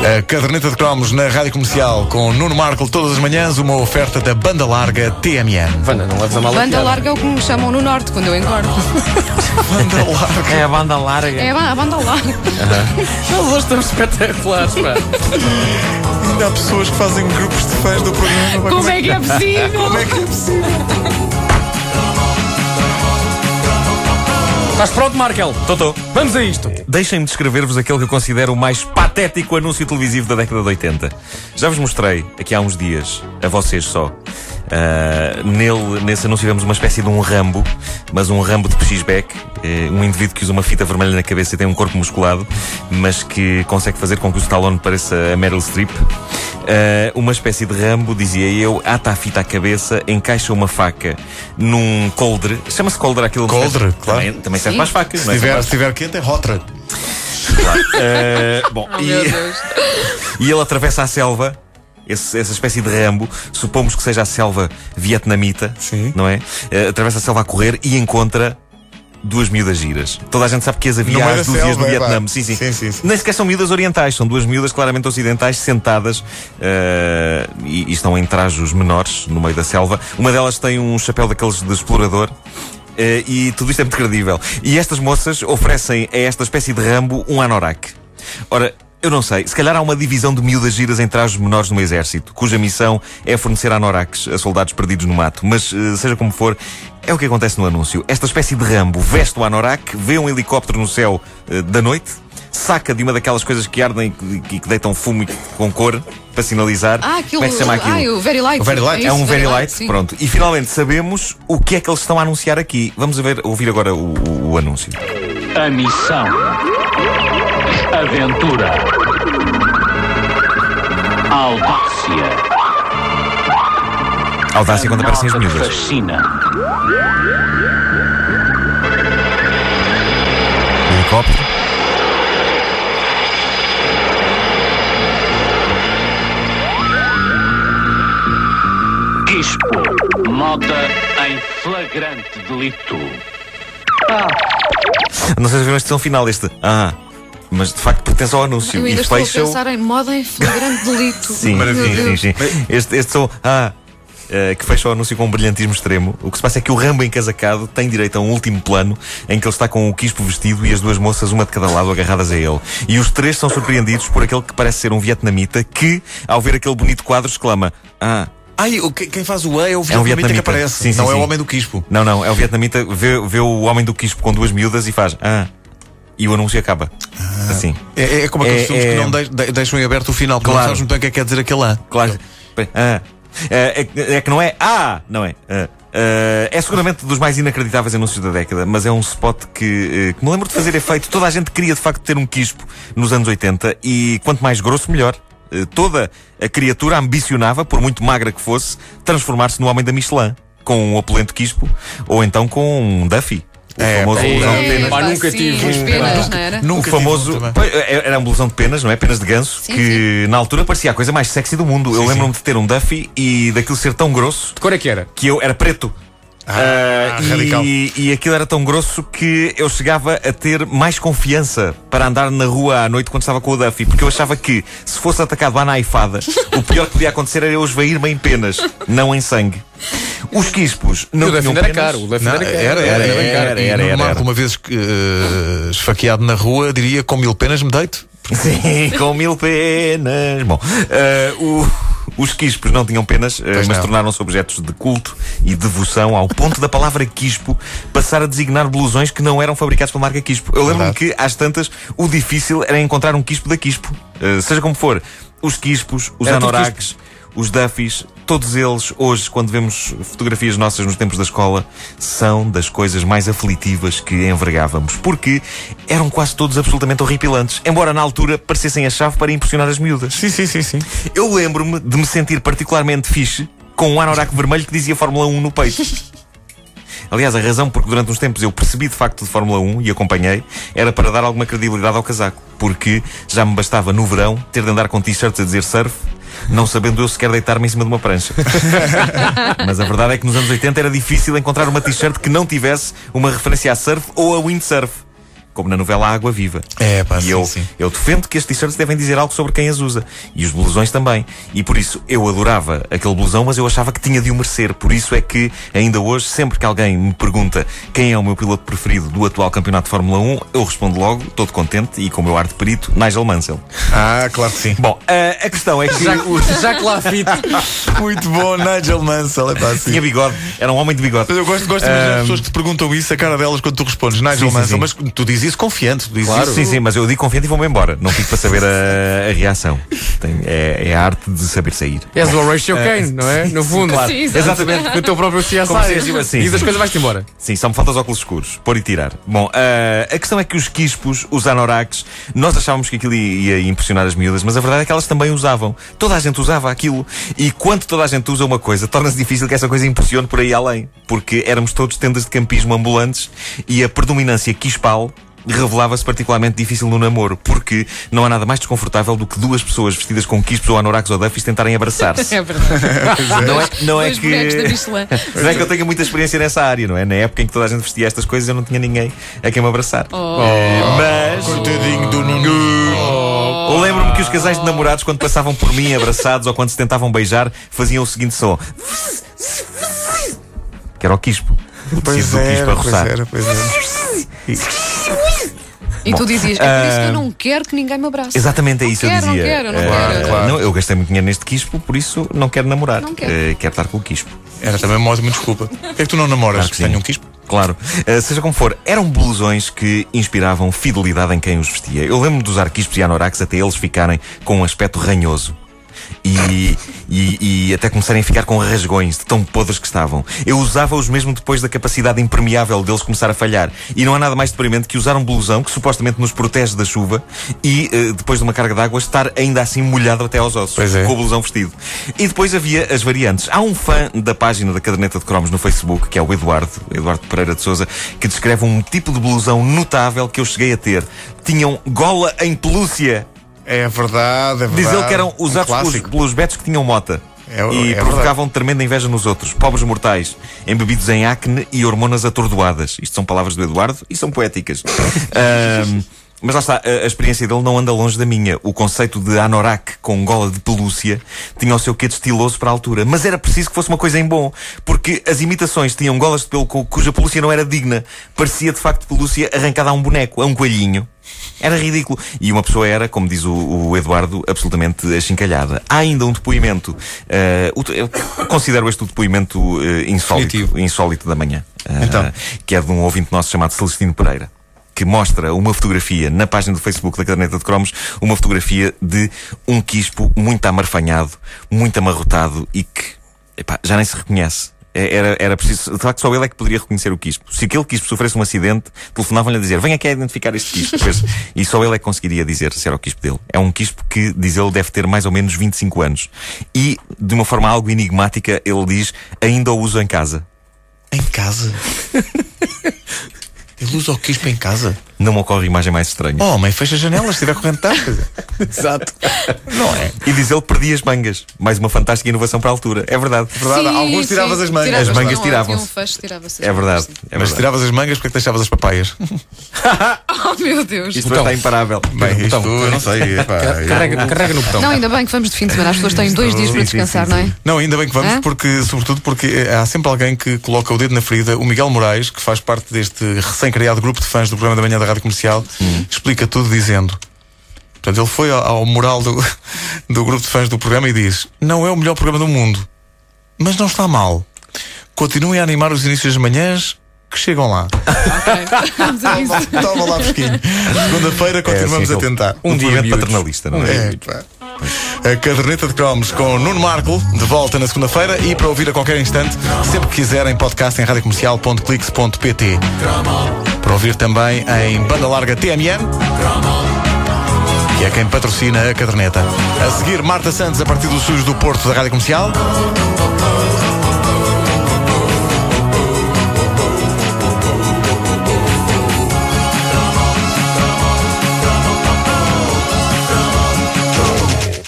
A caderneta de cromos na Rádio Comercial com Nuno Marco todas as manhãs, uma oferta da banda larga TMN. Wanda, não leves a mal a Banda larga é o que me chamam no norte quando eu engordo. Banda larga. É a banda larga. É a banda larga. Nós hoje estamos espetaculares, pá. Ainda há pessoas que fazem grupos de fãs do programa. Como é que é possível? Como é que é possível? Estás pronto, Markel? Tô. Vamos a isto. Deixem-me descrever-vos aquele que eu considero o mais patético anúncio televisivo da década de 80. Já vos mostrei, aqui há uns dias, a vocês só. Nesse anúncio vemos uma espécie de um Rambo, mas um Rambo de pechisbeck, um indivíduo que usa uma fita vermelha na cabeça e tem um corpo musculado, mas que consegue fazer com que o Stallone pareça a Meryl Streep. Uma espécie de Rambo, dizia eu, ata a fita à cabeça, encaixa uma faca num coldre. Chama-se coldre aquilo. Coldre, claro. Também serve para as facas. Se estiver quente é hotra. Claro. Bom, Meu Deus. e ele atravessa a selva. Essa espécie de Rambo, supomos que seja a selva vietnamita, sim, não é? Atravessa a selva a correr e encontra duas miúdas giras. Toda a gente sabe que as havia às dúzias no Vietnã. Sim. Nem sequer são miúdas orientais, são duas miúdas claramente ocidentais, sentadas e estão em trajos menores no meio da selva. Uma delas tem um chapéu daqueles de explorador. E tudo isto é muito credível. E estas moças oferecem a esta espécie de Rambo um anorak. Ora, eu não sei, se calhar há uma divisão de miúdas giras em trajos menores no exército, cuja missão é fornecer anoraks a soldados perdidos no mato. Mas, seja como for, é o que acontece no anúncio. Esta espécie de Rambo veste o anorak, vê um helicóptero no céu da noite, saca de uma daquelas coisas que ardem e que deitam fumo com cor para sinalizar. Aquilo, como é que se chama aquilo? o Very Light. O Very Light. É um Very Light, sim. pronto. E finalmente sabemos o que é que eles estão a anunciar aqui. Vamos ouvir agora o anúncio. A missão. Aventura. Audácia. Audácia quando aparecem as miúdas. Fascina. Helicóptero. Quispo. Moda em flagrante delito. Não sei se viram a expressão final mas de facto pertence ao anúncio. Eu ainda e estou a fecha pensar em moda em flagrante delito. Sim, Meu Deus. sim. Este som que fecha o anúncio com um brilhantismo extremo. O que se passa é que o Rambo encasacado tem direito a um último plano em que ele está com o quispo vestido e as duas moças, uma de cada lado, agarradas a ele. E os três são surpreendidos por aquele que parece ser um vietnamita que, ao ver aquele bonito quadro, exclama: quem faz o é o vietnamita que aparece. Sim, não é sim. o homem do quispo. Não, é o vietnamita, vê o homem do quispo com duas miúdas e faz e o anúncio acaba. Assim. É como aqueles filmes que não deixam em aberto o final, porque não sabes muito bem o que é que quer dizer aquele Claro. É que não é não é. É seguramente dos mais inacreditáveis anúncios da década, mas é um spot que me lembro de fazer efeito. Toda a gente queria de facto ter um quispo nos anos 80 e quanto mais grosso, melhor. Toda a criatura ambicionava, por muito magra que fosse, transformar-se no homem da Michelin, com um opulento quispo ou então com um Duffy. O famoso blusão de penas. Nunca tive As penas, não era? O famoso. Era um blusão de penas, não é? Penas de ganso, que na altura parecia a coisa mais sexy do mundo. Eu lembro-me de ter um Duffy e daquilo ser tão grosso. De cor é que era? Que eu era preto. Radical. E aquilo era tão grosso que eu chegava a ter mais confiança para andar na rua à noite quando estava com o Duffy, porque eu achava que se fosse atacado à naifada, o pior que podia acontecer era eu esvair-me em penas, não em sangue. Os quispos não tinham penas. Era caro. O Duffy Era. Marco, uma vez esfaqueado na rua, diria: com 1000 penas me deito. Sim, com 1000 penas. Bom, os quispos não tinham penas, mas tornaram-se objetos de culto e devoção ao ponto da palavra quispo passar a designar blusões que não eram fabricados pela marca Quispo. Eu lembro-me que, às tantas, o difícil era encontrar um quispo da Quispo. Seja como for, os quispos, os anoraks, os Duffys, todos eles, hoje, quando vemos fotografias nossas nos tempos da escola, são das coisas mais aflitivas que envergávamos, porque eram quase todos absolutamente horripilantes, embora na altura parecessem a chave para impressionar as miúdas. Sim. Eu lembro-me de me sentir particularmente fixe com um anorak vermelho que dizia Fórmula 1 no peito. Aliás, a razão porque durante uns tempos eu percebi de facto de Fórmula 1 e acompanhei era para dar alguma credibilidade ao casaco, porque já me bastava no verão ter de andar com t-shirts a dizer surf, não sabendo eu sequer deitar-me em cima de uma prancha. Mas a verdade é que nos anos 80 era difícil encontrar uma t-shirt que não tivesse uma referência a surf ou a windsurf. como na novela Água Viva. Sim. Eu defendo que estes t-shirts devem dizer algo sobre quem as usa. E os blusões também. E por isso, eu adorava aquele blusão, mas eu achava que tinha de o merecer. Por isso é que, ainda hoje, sempre que alguém me pergunta quem é o meu piloto preferido do atual campeonato de Fórmula 1, eu respondo logo, todo contente e com o meu ar de perito, Nigel Mansell. Claro que sim. Bom, a questão é que... Jacques Lafitte. Muito bom, Nigel Mansell. Tinha bigode, era um homem de bigode. Mas eu gosto de imaginar as pessoas que te perguntam isso, a cara delas quando tu respondes Nigel Mansell, mas tu dizes isso confiante. Tu dizes Claro. isso. Sim, mas eu digo confiante e vou-me embora. Não fico para saber a reação. É a arte de saber sair. És o Horatio Kane, não é? No fundo. Sim, exato. Exatamente. O teu próprio CSI. Assim. E das coisas vais-te embora. Sim, só me faltam os óculos escuros. Pôr e tirar. Bom, a questão é que os quispos, os anoraks, nós achávamos que aquilo ia impressionar as miúdas, mas a verdade é que elas também usavam. Toda a gente usava aquilo. E quando toda a gente usa uma coisa, torna-se difícil que essa coisa impressione por aí além. Porque éramos todos tendas de campismo ambulantes e a predominância quispal revelava-se particularmente difícil no namoro, porque não há nada mais desconfortável do que duas pessoas vestidas com quispos ou anoraks ou duffys tentarem abraçar-se. É verdade. Não é Dois bonecos da que... Michelin. Não é que eu tenha muita experiência nessa área, não é? Na época em que toda a gente vestia estas coisas, eu não tinha ninguém a quem me abraçar. Mas... Coitadinho do Nuno. Lembro-me que os casais de namorados, quando passavam por mim abraçados ou quando se tentavam beijar, faziam o seguinte som. Que era o quispo. O tecido do quispo a roçar. Pois era. E tu dizias, é por isso que eu não quero que ninguém me abrace. Exatamente, é isso Não eu quero, dizia. não quero. Claro. Não, eu gastei muito dinheiro neste quispo, por isso não quero namorar. Não quero. Quero estar com o quispo. Era também uma ótima desculpa. Por que é que tu não namoras? Claro que sim. Tenho um quispo. Claro. Seja como for, eram blusões que inspiravam fidelidade em quem os vestia. Eu lembro-me de usar quispos e anoraks até eles ficarem com um aspecto ranhoso. E até começarem a ficar com rasgões de tão podres que estavam. Eu usava-os mesmo depois da capacidade impermeável deles começar a falhar. E não há nada mais deprimente que usar um blusão que supostamente nos protege da chuva e, depois de uma carga de água, estar ainda assim molhado até aos ossos, com o blusão vestido. E depois havia as variantes. Há um fã da página da Caderneta de Cromos no Facebook, que é o Eduardo Pereira de Sousa, que descreve um tipo de blusão notável que eu cheguei a ter. Tinham gola em pelúcia. É verdade. Diz ele que eram usados pelos betos que tinham mota. E provocavam tremenda inveja nos outros. Pobres mortais, embebidos em acne e hormonas atordoadas. Isto são palavras do Eduardo e são poéticas. Mas lá está, a experiência dele não anda longe da minha. O conceito de anorak com gola de pelúcia tinha o seu quê de estiloso para a altura. Mas era preciso que fosse uma coisa em bom, porque as imitações tinham golas de pelo cuja pelúcia não era digna. Parecia de facto pelúcia arrancada a um boneco, a um coelhinho. Era ridículo. E uma pessoa era, como diz o Eduardo, absolutamente achincalhada. Há ainda um depoimento, eu considero este o depoimento insólito da manhã, que é de um ouvinte nosso chamado Celestino Pereira, que mostra uma fotografia na página do Facebook da Caderneta de Cromos, uma fotografia de um quispo muito amarfanhado, muito amarrotado e que, já nem se reconhece. Era preciso, de facto, só ele é que poderia reconhecer o quispo. Se aquele quispo sofresse um acidente, telefonavam-lhe a dizer: venha aqui a identificar este quispo. E só ele é que conseguiria dizer se era o quispo dele. É um quispo que, diz ele, deve ter mais ou menos 25 anos. E, de uma forma algo enigmática, ele diz: ainda o uso em casa. Em casa? Ele usa o quispo em casa? Não me ocorre imagem mais estranha. Oh, mãe, fecha as janelas, se tiver corrente de ar. Exato. Não é? E diz ele que perdia as mangas. Mais uma fantástica inovação para a altura. É verdade. Verdade. Sim, Alguns tiravas as mangas. As mangas tiravam-se. É verdade. Mas tiravas as mangas, porque é que deixavas as papaias? Oh, meu Deus. Isto está imparável. Bem, isto eu não sei. Carrega no botão. Não, ainda bem que vamos de fim de semana. As pessoas têm 2 dias para descansar, não é? Não, ainda bem que vamos, sobretudo porque há sempre alguém que coloca o dedo na ferida. O Miguel Moraes, que faz parte deste recém-criado grupo de fãs do programa da manhã da Rádio Comercial, explica tudo dizendo. Portanto, ele foi ao mural do grupo de fãs do programa e diz: não é o melhor programa do mundo, mas não está mal. Continuem a animar os inícios das manhãs que chegam lá. Toma lá, fresquinho. Segunda-feira continuamos a tentar. Um dia paternalista, não é? A Caderneta de Cromos com Nuno Marco, de volta na segunda-feira, e para ouvir a qualquer instante, sempre que quiserem, podcast em radiocomercial.clix.pt. Para ouvir também em banda larga TMN, que é quem patrocina a Caderneta. A seguir, Marta Santos, a partir dos estúdios do Porto da Rádio Comercial.